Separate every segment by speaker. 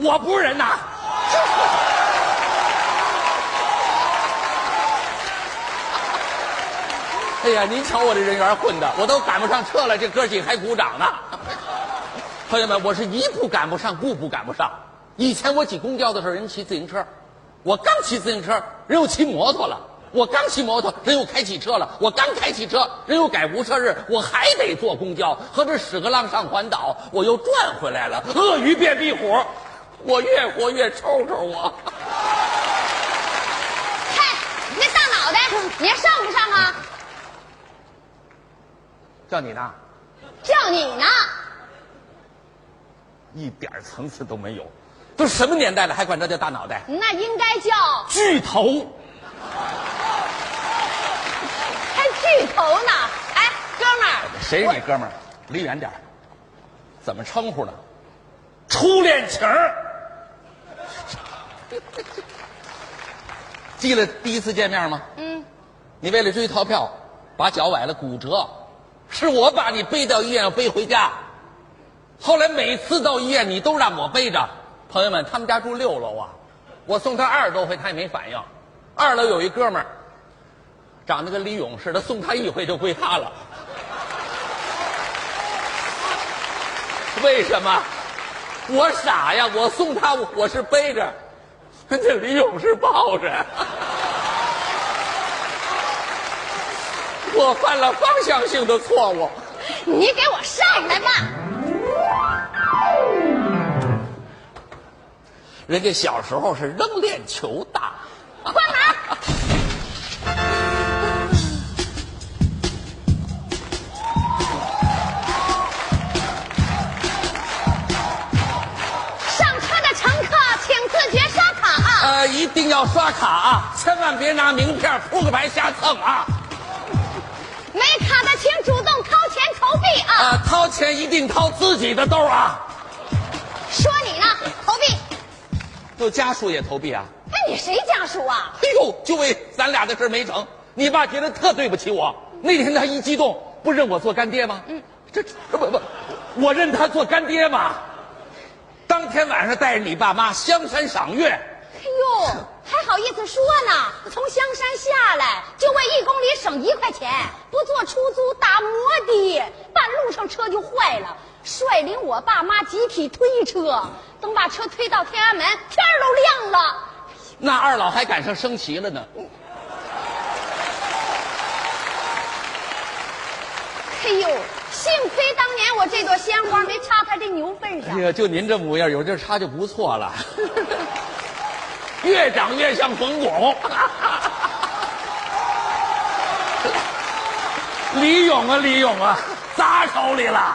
Speaker 1: 我不是人呐！哎呀，您瞧我这人缘混的，我都赶不上车了，这哥几个还鼓掌呢。朋友们，我是一步赶不上，步步赶不上。以前我挤公交的时候，人骑自行车，我刚骑自行车，人又骑摩托了。我刚骑摩托，人又开汽车了；我刚开汽车，人又改无车日，我还得坐公交，和这屎壳郎上环岛，我又转回来了。鳄鱼变壁虎，我越活越抽抽我。
Speaker 2: 嗨，你那大脑袋，你还上不上啊？
Speaker 1: 叫你呢？
Speaker 2: 叫你呢？
Speaker 1: 一点层次都没有，都什么年代了，还管这叫大脑袋？
Speaker 2: 那应该叫
Speaker 1: 巨头。
Speaker 2: 还巨头呢！哎，哥们儿，
Speaker 1: 谁是你哥们儿？离远点儿。怎么称呼呢？初恋情儿。记得第一次见面吗？
Speaker 2: 嗯，
Speaker 1: 你为了追逃票，把脚崴了骨折，是我把你背到医院，要背回家。后来每次到医院，你都让我背着。朋友们，他们家住6楼啊，我送他20多回，他也没反应。2楼有一哥们儿，长得跟李勇似的，送他1回就归他了。为什么？我傻呀！我送他，我是背着，跟这李勇是抱着。我犯了方向性的错误。
Speaker 2: 你给我上来吧！
Speaker 1: 人家小时候是扔链球的。
Speaker 2: 关门！上车的乘客请自觉刷卡啊！
Speaker 1: 一定要刷卡啊，千万别拿名片扑克牌瞎蹭啊！
Speaker 2: 没卡的请主动掏钱投币啊！
Speaker 1: 掏钱一定掏自己的兜啊！
Speaker 2: 说你呢，投币。
Speaker 1: 有家属也投币啊？
Speaker 2: 哎，你谁家属啊？
Speaker 1: 哎呦，就为咱俩的事没成，你爸觉得特对不起我。那天他一激动，不认我做干爹吗？这不，我认他做干爹吗？当天晚上带着你爸妈香山赏月。
Speaker 2: 哎呦，还好意思说呢！从香山下来就为1公里省1块钱，不坐出租打摩的，半路上车就坏了，率领我爸妈集体推车，等把车推到天安门，天儿都亮了。
Speaker 1: 那二老还赶上升旗了呢。
Speaker 2: 哎呦，幸亏当年我这朵鲜花没插他这牛粪上。
Speaker 1: 哎呀，就您这模样，有这插就不错了。越长越像冯巩。李勇啊，李勇啊，砸手里了。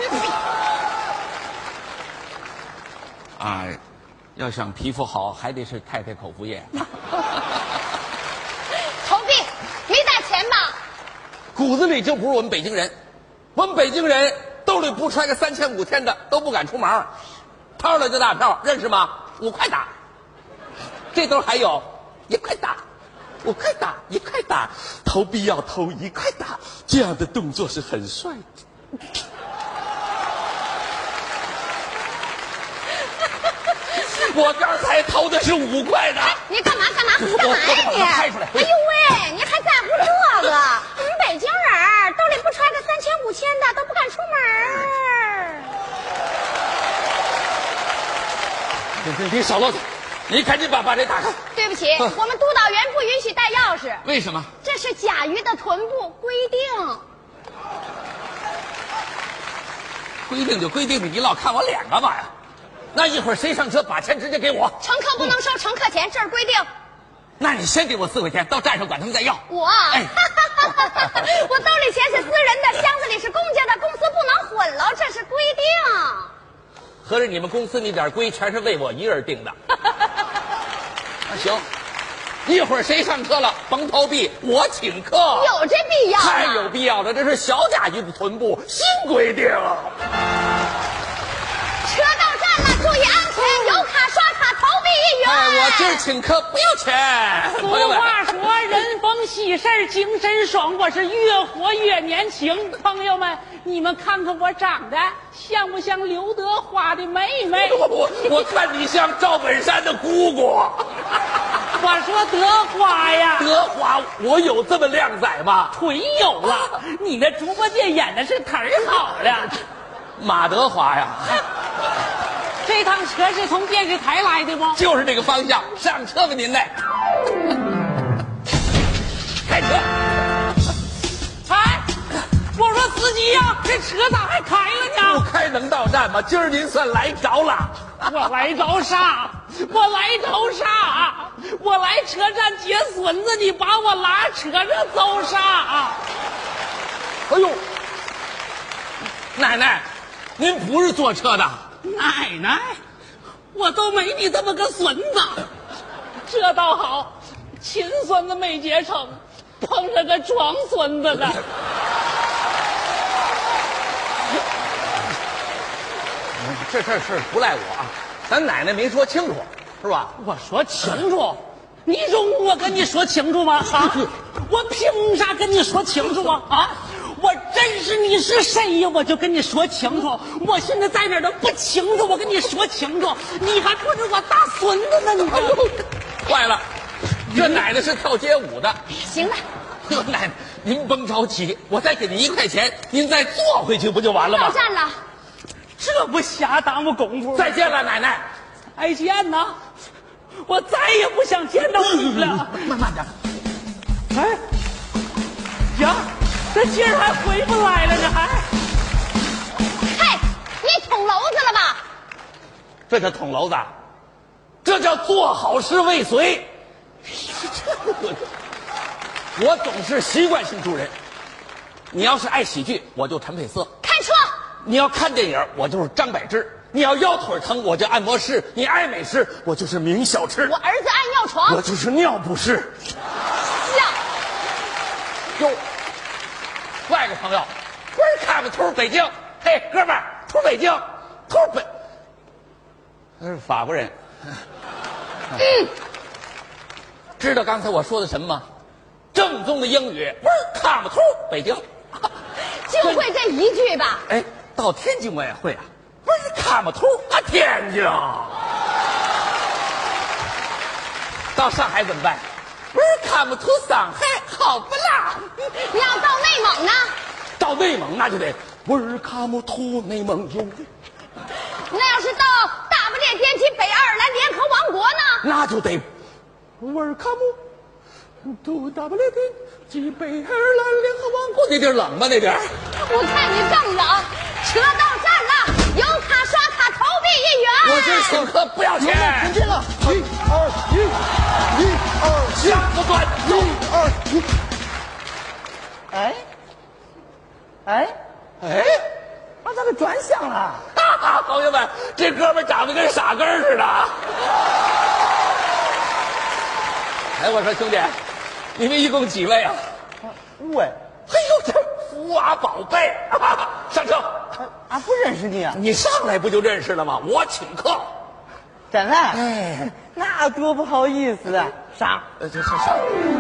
Speaker 1: 啊，要想皮肤好，还得是太太口服液。
Speaker 2: 投币没带钱吧？
Speaker 1: 骨子里就不是我们北京人，我们北京人兜里不揣个3000、5000的都不敢出门，掏了就大票，认识吗？5块打。这兜还有1块打，5块打，1块打，投币要投1块打，这样的动作是很帅的。我刚才投的是5块的。
Speaker 2: 你干嘛干嘛呀你？
Speaker 1: 拍出来！
Speaker 2: 哎呦喂，你还在乎这个？我们北京人兜里不揣个3000、5000的都不敢出门。
Speaker 1: 你少啰嗦，你赶紧把这打开。
Speaker 2: 对不起，我们督导员不允许带钥匙。
Speaker 1: 为什么？
Speaker 2: 这是甲鱼的臀部规定。
Speaker 1: 规定就规定你老看我脸干嘛呀？那一会儿谁上车把钱直接给我。
Speaker 2: 乘客不能收乘客钱，这是规定。
Speaker 1: 那你先给我4块钱，到站上管他们再要。
Speaker 2: 我，
Speaker 1: 哎，
Speaker 2: 我兜里钱是私人的，箱子里是公家的，公司不能混了，这是规定。
Speaker 1: 合着你们公司那点规全是为我一人定的。那行，一会儿谁上车了，甭投币，我请客。
Speaker 2: 有这必要吗？
Speaker 1: 太有必要了，这是小甲鱼的臀部新规定。
Speaker 2: 车到站了，注意安全，有卡刷卡投币一元。
Speaker 1: 哎，我今儿请客不要钱。
Speaker 3: 俗
Speaker 1: 朋友们，
Speaker 3: 话说，人逢喜事儿精神爽，我是越活越年轻。朋友们，你们看看我长得像不像刘德华的妹妹？
Speaker 1: 我看你像赵本山的姑姑。
Speaker 3: 我说德华呀，
Speaker 1: 德华，我有这么靓仔吗？
Speaker 3: 腿有了，你那猪八戒演的是忒儿好了。
Speaker 1: 马德华呀，
Speaker 3: 这趟车是从电视台来的不？
Speaker 1: 就是这个方向，上车吧您嘞。开车。
Speaker 3: 哎，我说司机呀，这车咋还开了呢？
Speaker 1: 不开能到站吗？今儿您算来着了。
Speaker 3: 我来着啥？我来着啥？我来车站接孙子，你把我拉车上走啥？
Speaker 1: 哎呦，奶奶，您不是坐车的。
Speaker 3: 奶奶，我都没你这么个孙子，这倒好，亲孙子没结成，碰上个装孙子的。
Speaker 1: 这事不赖我啊，咱奶奶没说清楚，是吧？
Speaker 3: 我说清楚，你容我跟你说清楚吗？啊，我凭啥跟你说清楚啊？啊，我认识你是谁呀，我就跟你说清楚。我现在在哪儿都不清楚，我跟你说清楚，你还不是我大孙子呢？你这
Speaker 1: 坏了，这奶奶是跳街舞的。
Speaker 2: 行了，
Speaker 1: 奶奶，您甭着急，我再给您1块钱，您再坐回去不就完了吗
Speaker 2: 到？站了。
Speaker 3: 这不瞎耽误功夫？
Speaker 1: 再见了，奶奶。
Speaker 3: 再见呐！我再也不想见到你了。
Speaker 1: 慢点。
Speaker 3: 哎，呀，这劲儿还回不来了呢，还。
Speaker 2: 嘿，你捅娄子了吧？
Speaker 1: 这叫捅娄子，这叫做好事未遂。我总是习惯性助人。你要是爱喜剧，我就陈佩斯。
Speaker 2: 开车。
Speaker 1: 你要看电影，我就是张柏芝；你要腰腿疼，我就按摩师；你爱美食，我就是明小吃；
Speaker 2: 我儿子爱尿床，
Speaker 1: 我就是尿不湿。
Speaker 2: 呀，
Speaker 1: 哟，外国朋友 ，Welcome to 北京。嘿，哥们儿，to 北京，to 北，他是法国人。知道刚才我说的什么吗？正宗的英语 ，Welcome to 北京。
Speaker 2: 就会这一句吧？
Speaker 1: 哎，到天津我也会啊。Welcome to 天津。到上海怎么办？Welcome to 上海，好不啦？
Speaker 2: 你要到内蒙呢？
Speaker 1: 到内蒙那就得 Welcome to 内蒙有。
Speaker 2: 那要是到大不列颠及北爱尔兰联合王国呢？
Speaker 1: 那就得 Welcome to 大不列颠及北爱尔兰联合王国。那地儿冷吗？那地儿？
Speaker 2: 我看你更冷。车到站了，有卡刷卡，投币1元。
Speaker 1: 我今儿请客不要钱。
Speaker 4: 听见了？1、2、1、1、2、
Speaker 1: 上不转
Speaker 4: 1、2、1。哎，哎，
Speaker 1: 哎，
Speaker 4: 啊，咋给转向了？
Speaker 1: 哈哈，朋友们，这哥们长得跟傻根似的。哎，我说兄弟，你们一共几位啊
Speaker 4: 5位。
Speaker 1: 嘿呦，这福娃宝贝，上车。
Speaker 4: 俺不认识你啊？
Speaker 1: 你上来不就认识了吗？我请客。
Speaker 4: 真的？
Speaker 1: 哎，
Speaker 4: 那多不好意思啊！上。
Speaker 1: 这上。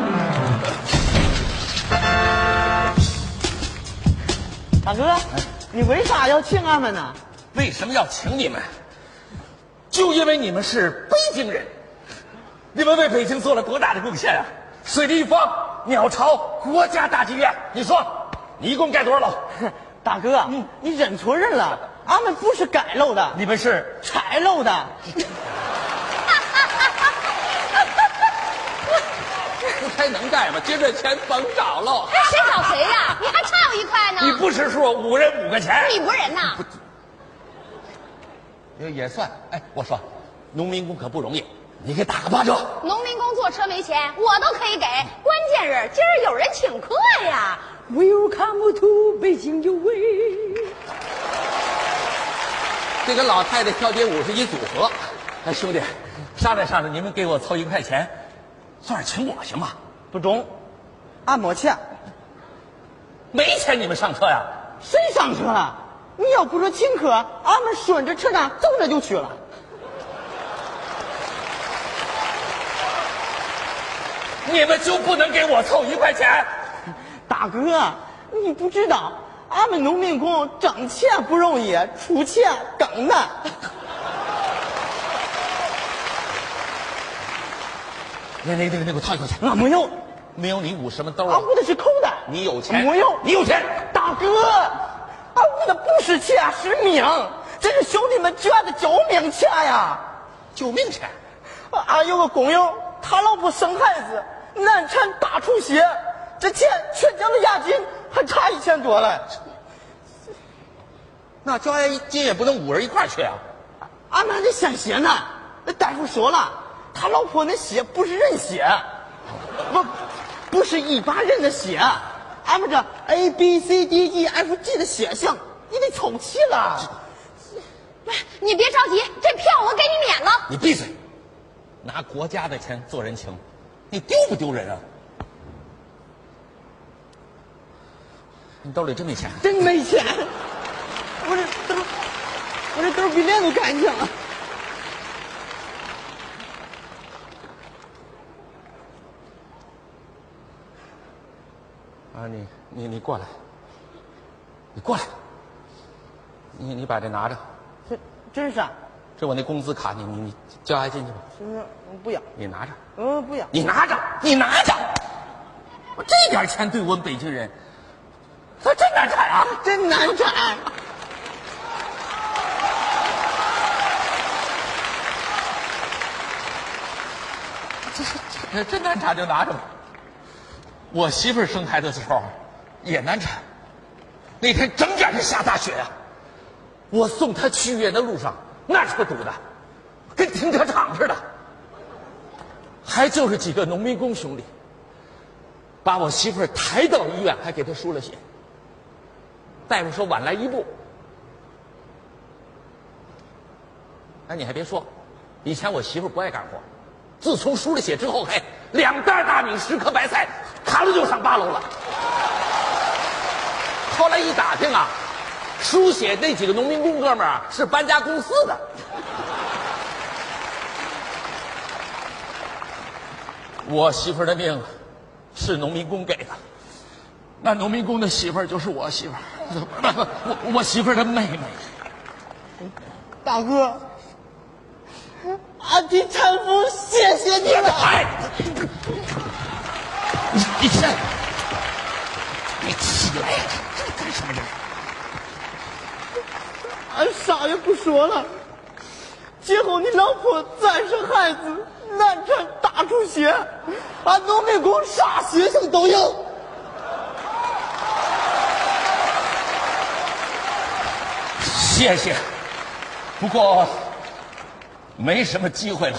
Speaker 4: 大哥，你为啥要请俺们呢？
Speaker 1: 为什么要请你们？就因为你们是北京人，你们为北京做了多大的贡献啊！水立方、鸟巢、国家大剧院，你说，你一共盖多少楼？
Speaker 4: 大哥，你认错人了，俺们不是盖楼的，
Speaker 1: 你们是
Speaker 4: 拆楼的。
Speaker 1: 不拆能盖吗？接这钱甭找喽。
Speaker 2: 哎，谁找谁呀？你还差我1块呢。
Speaker 1: 你不识数，5人5个钱。
Speaker 2: 你不人呐？
Speaker 1: 也算。哎，我说，农民工可不容易，你给打个8折。
Speaker 2: 农民工坐车没钱，我都可以给。关键是今儿有人请客呀。
Speaker 3: Welcome to 北京有为。
Speaker 1: 这跟老太太跳街舞是一组合。哎，兄弟，商量商量，你们给我凑1块钱，算是请我行吗？
Speaker 4: 不中，俺没钱。
Speaker 1: 没钱你们上车呀？
Speaker 4: 谁上车了？你要不说请客，俺们顺着车站走着就去了。
Speaker 1: 你们就不能给我凑1块钱？
Speaker 4: 大哥，你不知道，俺们农民工挣钱不容易，出钱更难。
Speaker 1: 那给我掏1块钱。
Speaker 4: 俺没有，
Speaker 1: 没有你捂什么兜啊？
Speaker 4: 俺捂的是口袋。
Speaker 1: 你有钱？
Speaker 4: 没有，
Speaker 1: 你有钱？
Speaker 4: 大哥，俺捂的不是钱，是命，这是兄弟们捐的救命钱呀！
Speaker 1: 救命钱？
Speaker 4: 俺有个工友，他老婆生孩子，难产大出血，这钱全交了押金，还差1000多了。
Speaker 1: 那交押金也不能捂着一块儿去啊！
Speaker 4: 俺们还得献血呢。那大夫说了，他老婆那血不是人血，不是一般人的血，俺们这 A B C D E F G 的血型，你得凑齐了。
Speaker 2: 你别着急，这票我给你免了。
Speaker 1: 你闭嘴！拿国家的钱做人情，你丢不丢人啊？你兜里真没钱？
Speaker 4: 真没钱，我这兜比脸都干净了。
Speaker 1: 啊，你过来，你过来，你把这拿着。
Speaker 4: 这是啥？
Speaker 1: 这我那工资卡，你交押进去吧。
Speaker 4: 不要。
Speaker 1: 你拿着。
Speaker 4: 不要。
Speaker 1: 你拿着，你拿着。我这点钱对我们北京人，可真难产啊！
Speaker 4: 真难产。
Speaker 1: 这真难产就拿着吧。我媳妇儿生孩子的时候也难产，那天整点是下大雪呀、我送她去医院的路上，那车堵的跟停车场似的，还就是几个农民工兄弟把我媳妇儿抬到医院，还给她输了血。大夫说晚来1步。哎，你还别说，以前我媳妇儿不爱干活，自从输了血之后，嘿，2袋大米10颗白菜，卡了就上8楼了。后来一打听啊，输血那几个农民工哥们儿啊是搬家公司的。我媳妇儿的命是农民工给的，那农民工的媳妇儿就是我媳妇儿，我媳妇儿的妹妹。
Speaker 4: 大哥，俺替产妇谢谢你了。
Speaker 1: 哎，你起来，你起来呀！这干什么呀？
Speaker 4: 俺啥也不说了。今后你老婆再生孩子难产大出血，俺农民工啥血型都有。
Speaker 1: 谢谢，不过没什么机会了。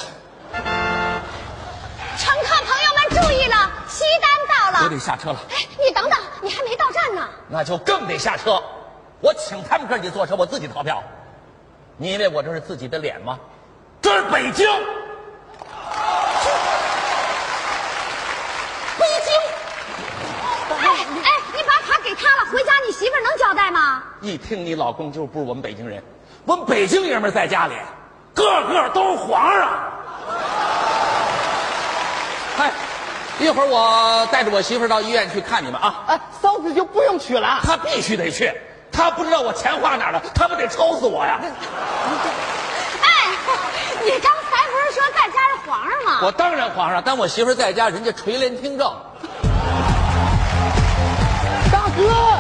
Speaker 2: 乘客朋友们注意了，西单到了。
Speaker 1: 我得下车了。
Speaker 2: 哎，你等等，你还没到站呢。
Speaker 1: 那就更得下车。我请他们哥几坐车，我自己逃票。你以为我这是自己的脸吗？这是北京，北京。
Speaker 2: 哎，你把卡给他了，回家你媳妇儿能交代吗？
Speaker 1: 一听你老公就不是我们北京人，我们北京爷们儿在家里，个个都是皇上。哎，一会儿我带着我媳妇儿到医院去看你们啊。
Speaker 4: 哎，嫂子就不用去了。
Speaker 1: 她必须得去，她不知道我钱花哪儿了，她不得抽死我呀！
Speaker 2: 哎，你刚才不是说在家是皇上吗？
Speaker 1: 我当然皇上，但我媳妇儿在家，人家垂帘听政。
Speaker 4: 大哥。